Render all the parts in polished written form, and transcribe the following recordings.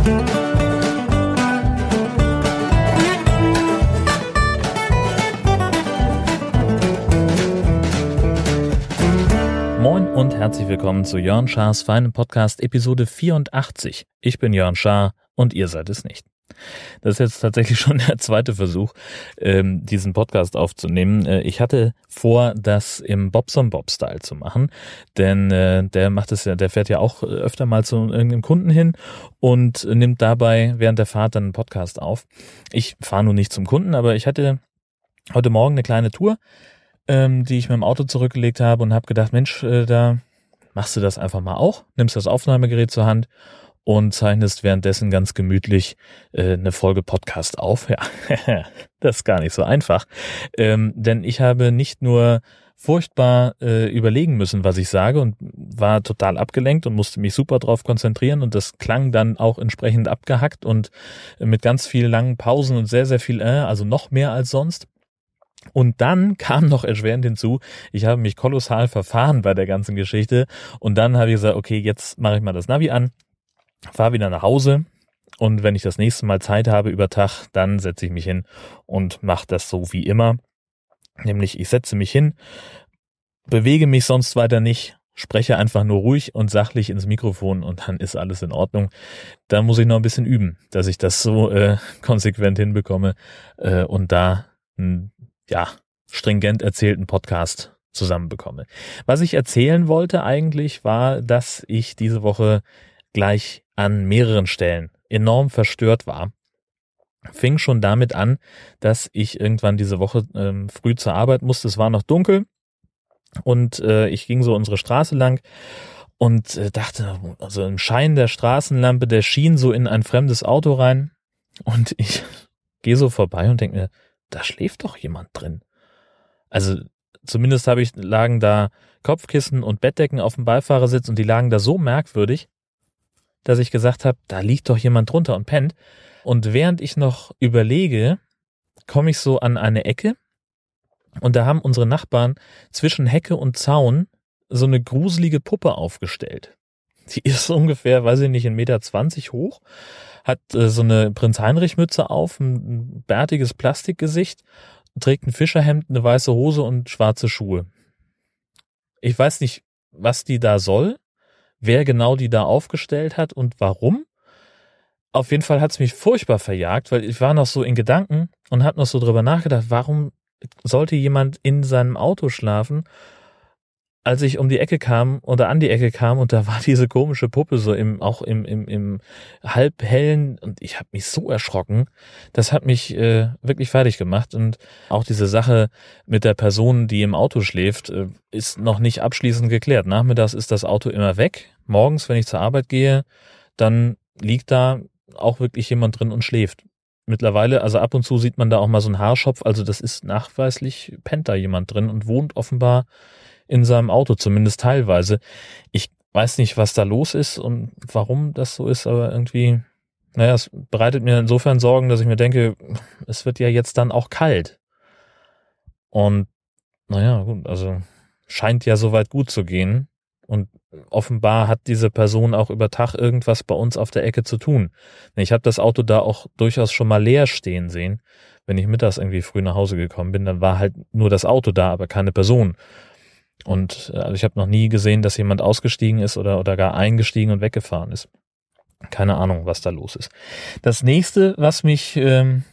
Moin und herzlich willkommen zu Jörn Schars feinem Podcast Episode 84. Ich bin Jörn Schaar und ihr seid es nicht. Das ist jetzt tatsächlich schon der zweite Versuch, diesen Podcast aufzunehmen. Ich hatte vor, das im Bobson-Bob-Style zu machen, denn der fährt ja auch öfter mal zu irgendeinem Kunden hin und nimmt dabei während der Fahrt dann einen Podcast auf. Ich fahre nun nicht zum Kunden, aber ich hatte heute Morgen eine kleine Tour, die ich mit dem Auto zurückgelegt habe und habe gedacht, Mensch, da machst du das einfach mal auch, nimmst das Aufnahmegerät zur Hand und zeichnest währenddessen ganz gemütlich eine Folge Podcast auf. Ja, das ist gar nicht so einfach, denn ich habe nicht nur furchtbar überlegen müssen, was ich sage und war total abgelenkt und musste mich super drauf konzentrieren und das klang dann auch entsprechend abgehackt und mit ganz vielen langen Pausen und sehr, sehr viel, also noch mehr als sonst. Und dann kam noch erschwerend hinzu, ich habe mich kolossal verfahren bei der ganzen Geschichte und dann habe ich gesagt, okay, jetzt mache ich mal das Navi an, fahre wieder nach Hause und wenn ich das nächste Mal Zeit habe über Tag, dann setze ich mich hin und mache das so wie immer. Nämlich ich setze mich hin, bewege mich sonst weiter nicht, spreche einfach nur ruhig und sachlich ins Mikrofon und dann ist alles in Ordnung. Da muss ich noch ein bisschen üben, dass ich das so konsequent hinbekomme und da stringent erzählten Podcast zusammenbekomme. Was ich erzählen wollte eigentlich war, dass ich diese Woche gleich an mehreren Stellen enorm verstört war. Fing schon damit an, dass ich irgendwann diese Woche früh zur Arbeit musste. Es war noch dunkel und ich ging so unsere Straße lang und dachte, also im Schein der Straßenlampe, der schien so in ein fremdes Auto rein und ich gehe so vorbei und denke mir, da schläft doch jemand drin. Also zumindest lagen da Kopfkissen und Bettdecken auf dem Beifahrersitz und die lagen da so merkwürdig, dass ich gesagt habe, da liegt doch jemand drunter und pennt. Und während ich noch überlege, komme ich so an eine Ecke und da haben unsere Nachbarn zwischen Hecke und Zaun so eine gruselige Puppe aufgestellt. Die ist ungefähr, weiß ich nicht, 1,20 Meter hoch, hat so eine Prinz-Heinrich-Mütze auf, ein bärtiges Plastikgesicht, trägt ein Fischerhemd, eine weiße Hose und schwarze Schuhe. Ich weiß nicht, was die da soll, wer genau die da aufgestellt hat und warum. Auf jeden Fall hat's mich furchtbar verjagt, weil ich war noch so in Gedanken und habe noch so drüber nachgedacht, warum sollte jemand in seinem Auto schlafen, als ich um die Ecke kam oder an die Ecke kam und da war diese komische Puppe so im halbhellen und ich habe mich so erschrocken, das hat mich wirklich fertig gemacht und auch diese Sache mit der Person, die im Auto schläft, ist noch nicht abschließend geklärt. Nachmittags ist das Auto immer weg, morgens, wenn ich zur Arbeit gehe, dann liegt da auch wirklich jemand drin und schläft. Mittlerweile, also ab und zu sieht man da auch mal so einen Haarschopf, also das ist nachweislich, pennt da jemand drin und wohnt offenbar in seinem Auto, zumindest teilweise. Ich weiß nicht, was da los ist und warum das so ist, aber irgendwie, es bereitet mir insofern Sorgen, dass ich mir denke, es wird ja jetzt dann auch kalt. Und gut, also scheint ja soweit gut zu gehen. Und offenbar hat diese Person auch über Tag irgendwas bei uns auf der Ecke zu tun. Ich habe das Auto da auch durchaus schon mal leer stehen sehen. Wenn ich mittags irgendwie früh nach Hause gekommen bin, dann war halt nur das Auto da, aber keine Person. Und also ich habe noch nie gesehen, dass jemand ausgestiegen ist oder gar eingestiegen und weggefahren ist. Keine Ahnung, was da los ist. Das nächste, was mich, sagen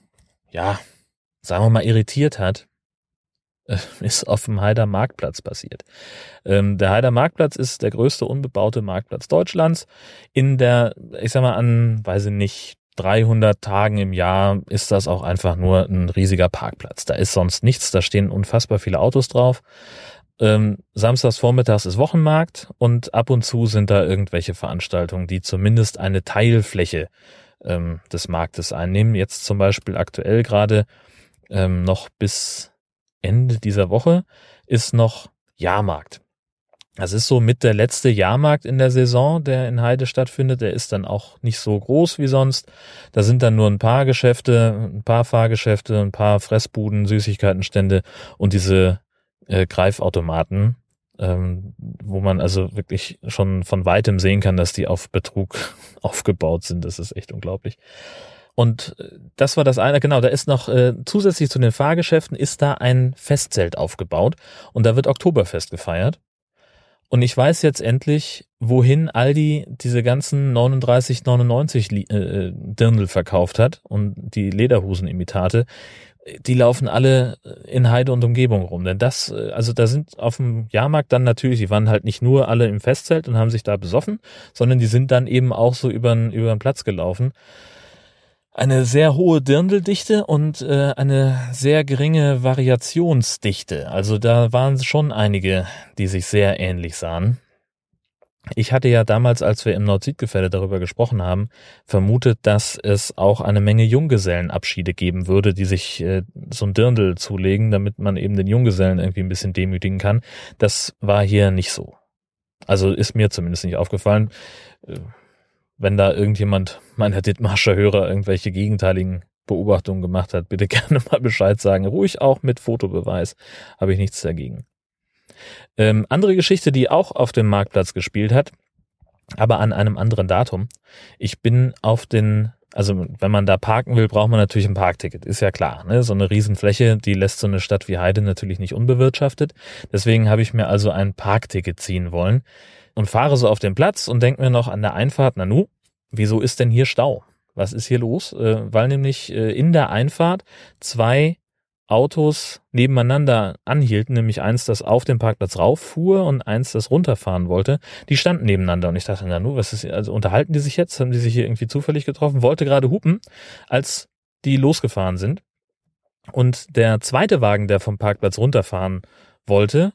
wir mal, irritiert hat, ist auf dem Heider Marktplatz passiert. Der Heider Marktplatz ist der größte unbebaute Marktplatz Deutschlands. In der, ich sag mal, an, 300 Tagen im Jahr ist das auch einfach nur ein riesiger Parkplatz. Da ist sonst nichts, da stehen unfassbar viele Autos drauf. Samstags vormittags ist Wochenmarkt und ab und zu sind da irgendwelche Veranstaltungen, die zumindest eine Teilfläche des Marktes einnehmen. Jetzt zum Beispiel aktuell gerade noch bis Ende dieser Woche ist noch Jahrmarkt. Das ist so mit der letzte Jahrmarkt in der Saison, der in Heide stattfindet. Der ist dann auch nicht so groß wie sonst. Da sind dann nur ein paar Geschäfte, ein paar Fahrgeschäfte, ein paar Fressbuden, Süßigkeitenstände und diese Greifautomaten, wo man also wirklich schon von weitem sehen kann, dass die auf Betrug aufgebaut sind. Das ist echt unglaublich. Und das war das eine, genau, da ist noch zusätzlich zu den Fahrgeschäften ist da ein Festzelt aufgebaut und da wird Oktoberfest gefeiert. Und ich weiß jetzt endlich, wohin Aldi diese ganzen 39,99 Dirndl verkauft hat und die Lederhosen-Imitate. Die laufen alle in Heide und Umgebung rum. Denn das, also da sind auf dem Jahrmarkt dann natürlich, die waren halt nicht nur alle im Festzelt und haben sich da besoffen, sondern die sind dann eben auch so über den Platz gelaufen. Eine sehr hohe Dirndldichte und eine sehr geringe Variationsdichte. Also da waren schon einige, die sich sehr ähnlich sahen. Ich hatte ja damals, als wir im Nord-Süd-Gefälle darüber gesprochen haben, vermutet, dass es auch eine Menge Junggesellenabschiede geben würde, die sich so ein Dirndl zulegen, damit man eben den Junggesellen irgendwie ein bisschen demütigen kann. Das war hier nicht so. Also ist mir zumindest nicht aufgefallen. Wenn da irgendjemand meiner Dithmarscher Hörer irgendwelche gegenteiligen Beobachtungen gemacht hat, bitte gerne mal Bescheid sagen. Ruhig auch mit Fotobeweis, habe ich nichts dagegen. Andere Geschichte, die auch auf dem Marktplatz gespielt hat, aber an einem anderen Datum. Ich bin also wenn man da parken will, braucht man natürlich ein Parkticket, ist ja klar. Ne? So eine Riesenfläche, die lässt so eine Stadt wie Heide natürlich nicht unbewirtschaftet. Deswegen habe ich mir also ein Parkticket ziehen wollen. Und fahre so auf den Platz und denke mir noch an der Einfahrt, Nanu, wieso ist denn hier Stau? Was ist hier los? Weil nämlich in der Einfahrt 2 Autos nebeneinander anhielten, nämlich eins, das auf den Parkplatz rauffuhr und eins, das runterfahren wollte. Die standen nebeneinander und ich dachte, Nanu, was ist hier? Also unterhalten die sich jetzt? Haben die sich hier irgendwie zufällig getroffen? Wollte gerade hupen, als die losgefahren sind. Und der zweite Wagen, der vom Parkplatz runterfahren wollte,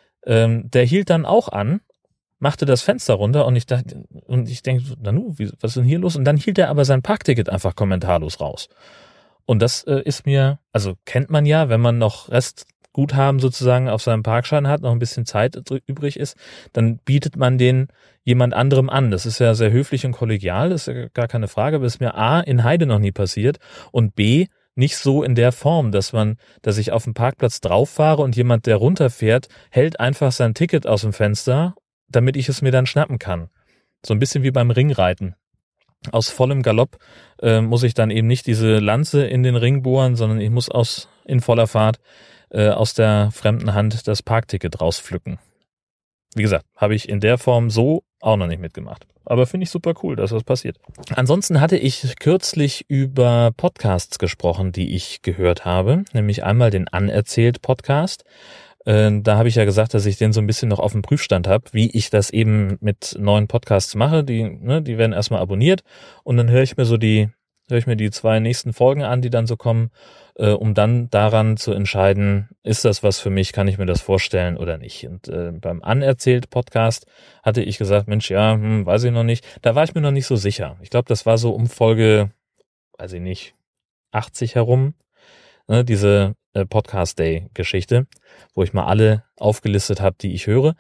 der hielt dann auch an, machte das Fenster runter und ich denke, Nanu, was ist denn hier los? Und dann hielt er aber sein Parkticket einfach kommentarlos raus. Und das ist mir, also kennt man ja, wenn man noch Restguthaben sozusagen auf seinem Parkschein hat, noch ein bisschen Zeit übrig ist, dann bietet man den jemand anderem an. Das ist ja sehr höflich und kollegial, das ist ja gar keine Frage, aber es ist mir A, in Heide noch nie passiert und B, nicht so in der Form, dass ich auf dem Parkplatz drauf fahre und jemand, der runterfährt, hält einfach sein Ticket aus dem Fenster, damit ich es mir dann schnappen kann. So ein bisschen wie beim Ringreiten. Aus vollem Galopp muss ich dann eben nicht diese Lanze in den Ring bohren, sondern ich muss in voller Fahrt aus der fremden Hand das Parkticket rauspflücken. Wie gesagt, habe ich in der Form so auch noch nicht mitgemacht. Aber finde ich super cool, dass das passiert. Ansonsten hatte ich kürzlich über Podcasts gesprochen, die ich gehört habe. Nämlich einmal den Anerzählt-Podcast. Da habe ich ja gesagt, dass ich den so ein bisschen noch auf dem Prüfstand habe, wie ich das eben mit neuen Podcasts mache. Die werden erstmal abonniert und dann höre ich mir die 2 nächsten Folgen an, die dann so kommen, um dann daran zu entscheiden, ist das was für mich, kann ich mir das vorstellen oder nicht. Und beim Anerzählt-Podcast hatte ich gesagt, Mensch, ja, weiß ich noch nicht. Da war ich mir noch nicht so sicher. Ich glaube, das war so um Folge, weiß ich nicht, 80 herum, ne, diese Podcast-Day-Geschichte, wo ich mal alle aufgelistet habe, die ich höre.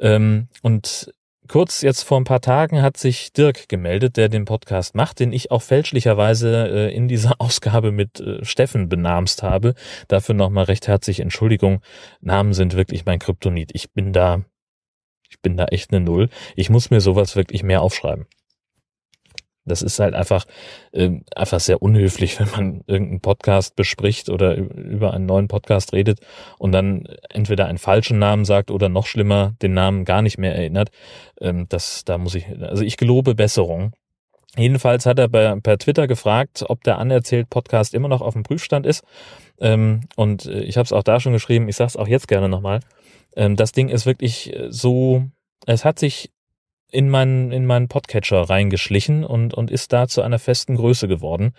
Und kurz jetzt vor ein paar Tagen hat sich Dirk gemeldet, der den Podcast macht, den ich auch fälschlicherweise in dieser Ausgabe mit Steffen benamst habe. Dafür nochmal recht herzlich Entschuldigung. Namen sind wirklich mein Kryptonit. Ich bin da echt eine Null. Ich muss mir sowas wirklich mehr aufschreiben. Das ist halt einfach sehr unhöflich, wenn man irgendeinen Podcast bespricht oder über einen neuen Podcast redet und dann entweder einen falschen Namen sagt oder noch schlimmer, den Namen gar nicht mehr erinnert. Ich gelobe Besserung. Jedenfalls hat er per Twitter gefragt, ob der Anerzählt-Podcast immer noch auf dem Prüfstand ist. Und ich habe es auch da schon geschrieben, ich sage es auch jetzt gerne nochmal. Das Ding ist wirklich so, es hat sich in meinen Podcatcher reingeschlichen und ist da zu einer festen Größe geworden.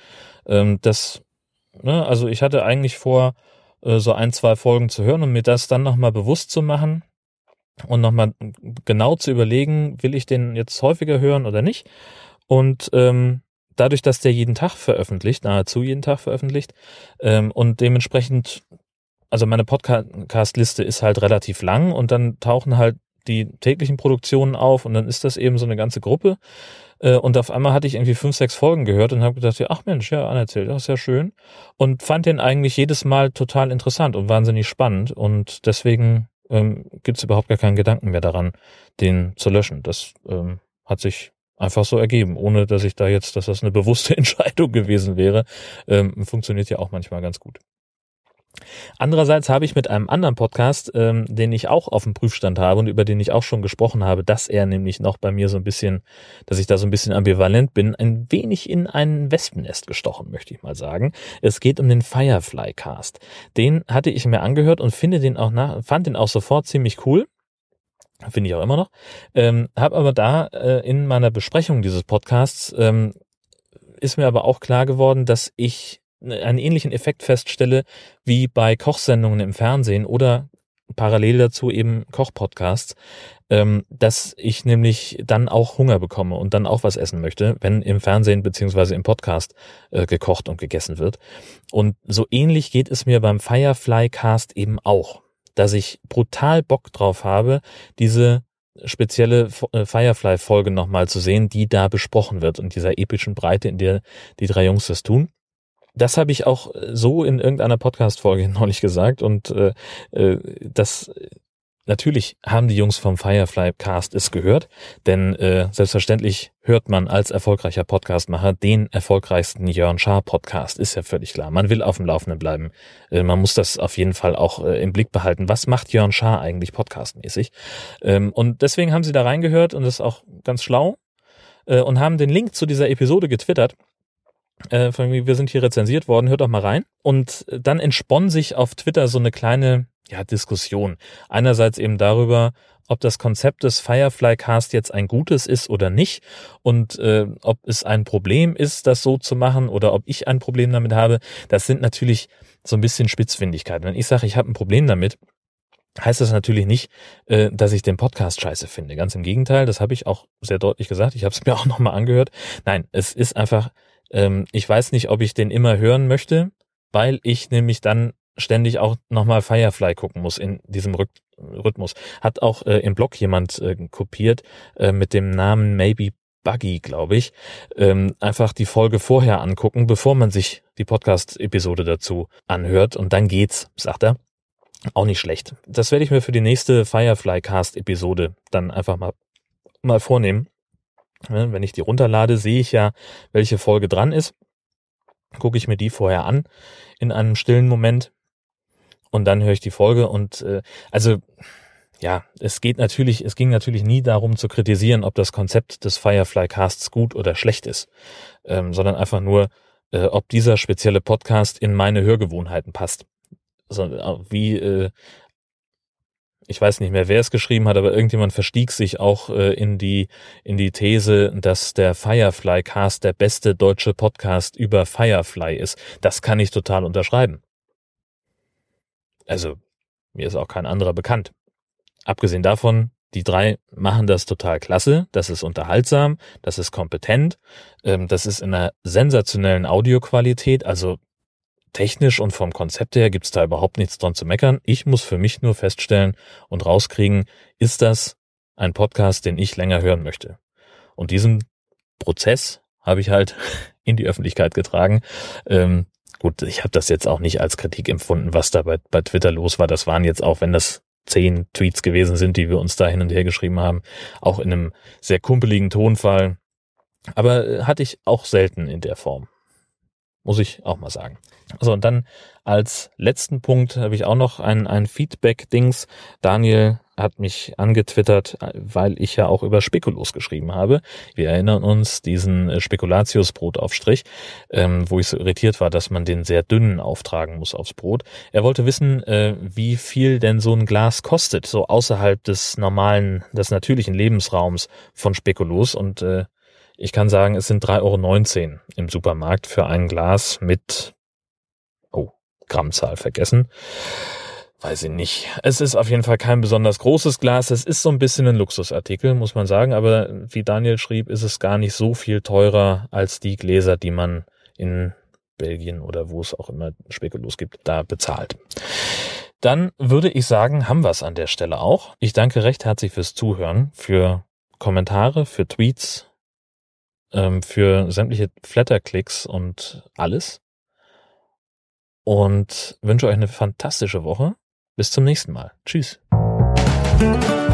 Also ich hatte eigentlich vor, so 1-2 Folgen zu hören und mir das dann nochmal bewusst zu machen und nochmal genau zu überlegen, will ich den jetzt häufiger hören oder nicht. Und dadurch, dass der jeden Tag veröffentlicht, nahezu jeden Tag veröffentlicht, und dementsprechend, also meine Podcast-Liste ist halt relativ lang und dann tauchen halt die täglichen Produktionen auf und dann ist das eben so eine ganze Gruppe und auf einmal hatte ich irgendwie 5-6 Folgen gehört und habe gedacht, ja, ach Mensch, ja, Anerzählt, das ist ja schön und fand den eigentlich jedes Mal total interessant und wahnsinnig spannend und deswegen gibt's überhaupt gar keinen Gedanken mehr daran, den zu löschen. Das hat sich einfach so ergeben, ohne dass das eine bewusste Entscheidung gewesen wäre. Funktioniert ja auch manchmal ganz gut. Andererseits habe ich mit einem anderen Podcast, den ich auch auf dem Prüfstand habe und über den ich auch schon gesprochen habe, dass er nämlich noch bei mir dass ich da so ein bisschen ambivalent bin, ein wenig in ein Wespennest gestochen, möchte ich mal sagen. Es geht um den Firefly Cast. Den hatte ich mir angehört und fand den auch sofort ziemlich cool. Finde ich auch immer noch. Habe aber da in meiner Besprechung dieses Podcasts ist mir aber auch klar geworden, dass ich einen ähnlichen Effekt feststelle wie bei Kochsendungen im Fernsehen oder parallel dazu eben Kochpodcasts, dass ich nämlich dann auch Hunger bekomme und dann auch was essen möchte, wenn im Fernsehen beziehungsweise im Podcast gekocht und gegessen wird. Und so ähnlich geht es mir beim Firefly Cast eben auch, dass ich brutal Bock drauf habe, diese spezielle Firefly-Folge nochmal zu sehen, die da besprochen wird und dieser epischen Breite, in der die drei Jungs das tun. Das habe ich auch so in irgendeiner Podcast-Folge neulich gesagt und das natürlich haben die Jungs vom Firefly Cast es gehört, denn selbstverständlich hört man als erfolgreicher Podcastmacher den erfolgreichsten Jörn Schaar Podcast, ist ja völlig klar. Man will auf dem Laufenden bleiben. Man muss das auf jeden Fall auch im Blick behalten. Was macht Jörn Schaar eigentlich podcastmäßig? Und deswegen haben sie da reingehört und das ist auch ganz schlau und haben den Link zu dieser Episode getwittert. Wir sind hier rezensiert worden, hört doch mal rein. Und dann entspann sich auf Twitter so eine kleine Diskussion. Einerseits eben darüber, ob das Konzept des Firefly Cast jetzt ein gutes ist oder nicht und ob es ein Problem ist, das so zu machen oder ob ich ein Problem damit habe. Das sind natürlich so ein bisschen Spitzfindigkeiten. Wenn ich sage, ich habe ein Problem damit, heißt das natürlich nicht, dass ich den Podcast scheiße finde. Ganz im Gegenteil, das habe ich auch sehr deutlich gesagt. Ich habe es mir auch nochmal angehört. Nein, es ist einfach, ich weiß nicht, ob ich den immer hören möchte, weil ich nämlich dann ständig auch nochmal Firefly gucken muss in diesem Rhythmus. Hat auch im Blog jemand kopiert mit dem Namen Maybe Buggy, glaube ich. Einfach die Folge vorher angucken, bevor man sich die Podcast-Episode dazu anhört und dann geht's, sagt er. Auch nicht schlecht. Das werde ich mir für die nächste Firefly-Cast-Episode dann einfach mal vornehmen. Wenn ich die runterlade, sehe ich ja, welche Folge dran ist. Gucke ich mir die vorher an in einem stillen Moment und dann höre ich die Folge und es ging natürlich nie darum zu kritisieren, ob das Konzept des Firefly Casts gut oder schlecht ist, sondern einfach nur, ob dieser spezielle Podcast in meine Hörgewohnheiten passt. Also, ich weiß nicht mehr, wer es geschrieben hat, aber irgendjemand verstieg sich auch in die These, dass der Firefly Cast der beste deutsche Podcast über Firefly ist. Das kann ich total unterschreiben. Also, mir ist auch kein anderer bekannt. Abgesehen davon, die drei machen das total klasse, das ist unterhaltsam, das ist kompetent, das ist in einer sensationellen Audioqualität, also technisch und vom Konzept her gibt's da überhaupt nichts dran zu meckern. Ich muss für mich nur feststellen und rauskriegen, ist das ein Podcast, den ich länger hören möchte. Und diesen Prozess habe ich halt in die Öffentlichkeit getragen. Gut, ich habe das jetzt auch nicht als Kritik empfunden, was da bei Twitter los war. Das waren jetzt auch, wenn das 10 Tweets gewesen sind, die wir uns da hin und her geschrieben haben, auch in einem sehr kumpeligen Tonfall. Aber hatte ich auch selten in der Form. Muss ich auch mal sagen. So, und dann als letzten Punkt habe ich auch noch ein Feedback-Dings. Daniel hat mich angetwittert, weil ich ja auch über Speculoos geschrieben habe. Wir erinnern uns, diesen Spekulatius-Brotaufstrich, wo ich so irritiert war, dass man den sehr dünnen auftragen muss aufs Brot. Er wollte wissen, wie viel denn so ein Glas kostet, so außerhalb des natürlichen Lebensraums von Speculoos. Und ich kann sagen, es sind 3,19 € im Supermarkt für ein Glas mit, Grammzahl vergessen. Weiß ich nicht. Es ist auf jeden Fall kein besonders großes Glas. Es ist so ein bisschen ein Luxusartikel, muss man sagen. Aber wie Daniel schrieb, ist es gar nicht so viel teurer als die Gläser, die man in Belgien oder wo es auch immer Speculoos gibt, da bezahlt. Dann würde ich sagen, haben wir es an der Stelle auch. Ich danke recht herzlich fürs Zuhören, für Kommentare, für Tweets, für sämtliche Flatterklicks und alles. Und wünsche euch eine fantastische Woche. Bis zum nächsten Mal. Tschüss. Tschüss.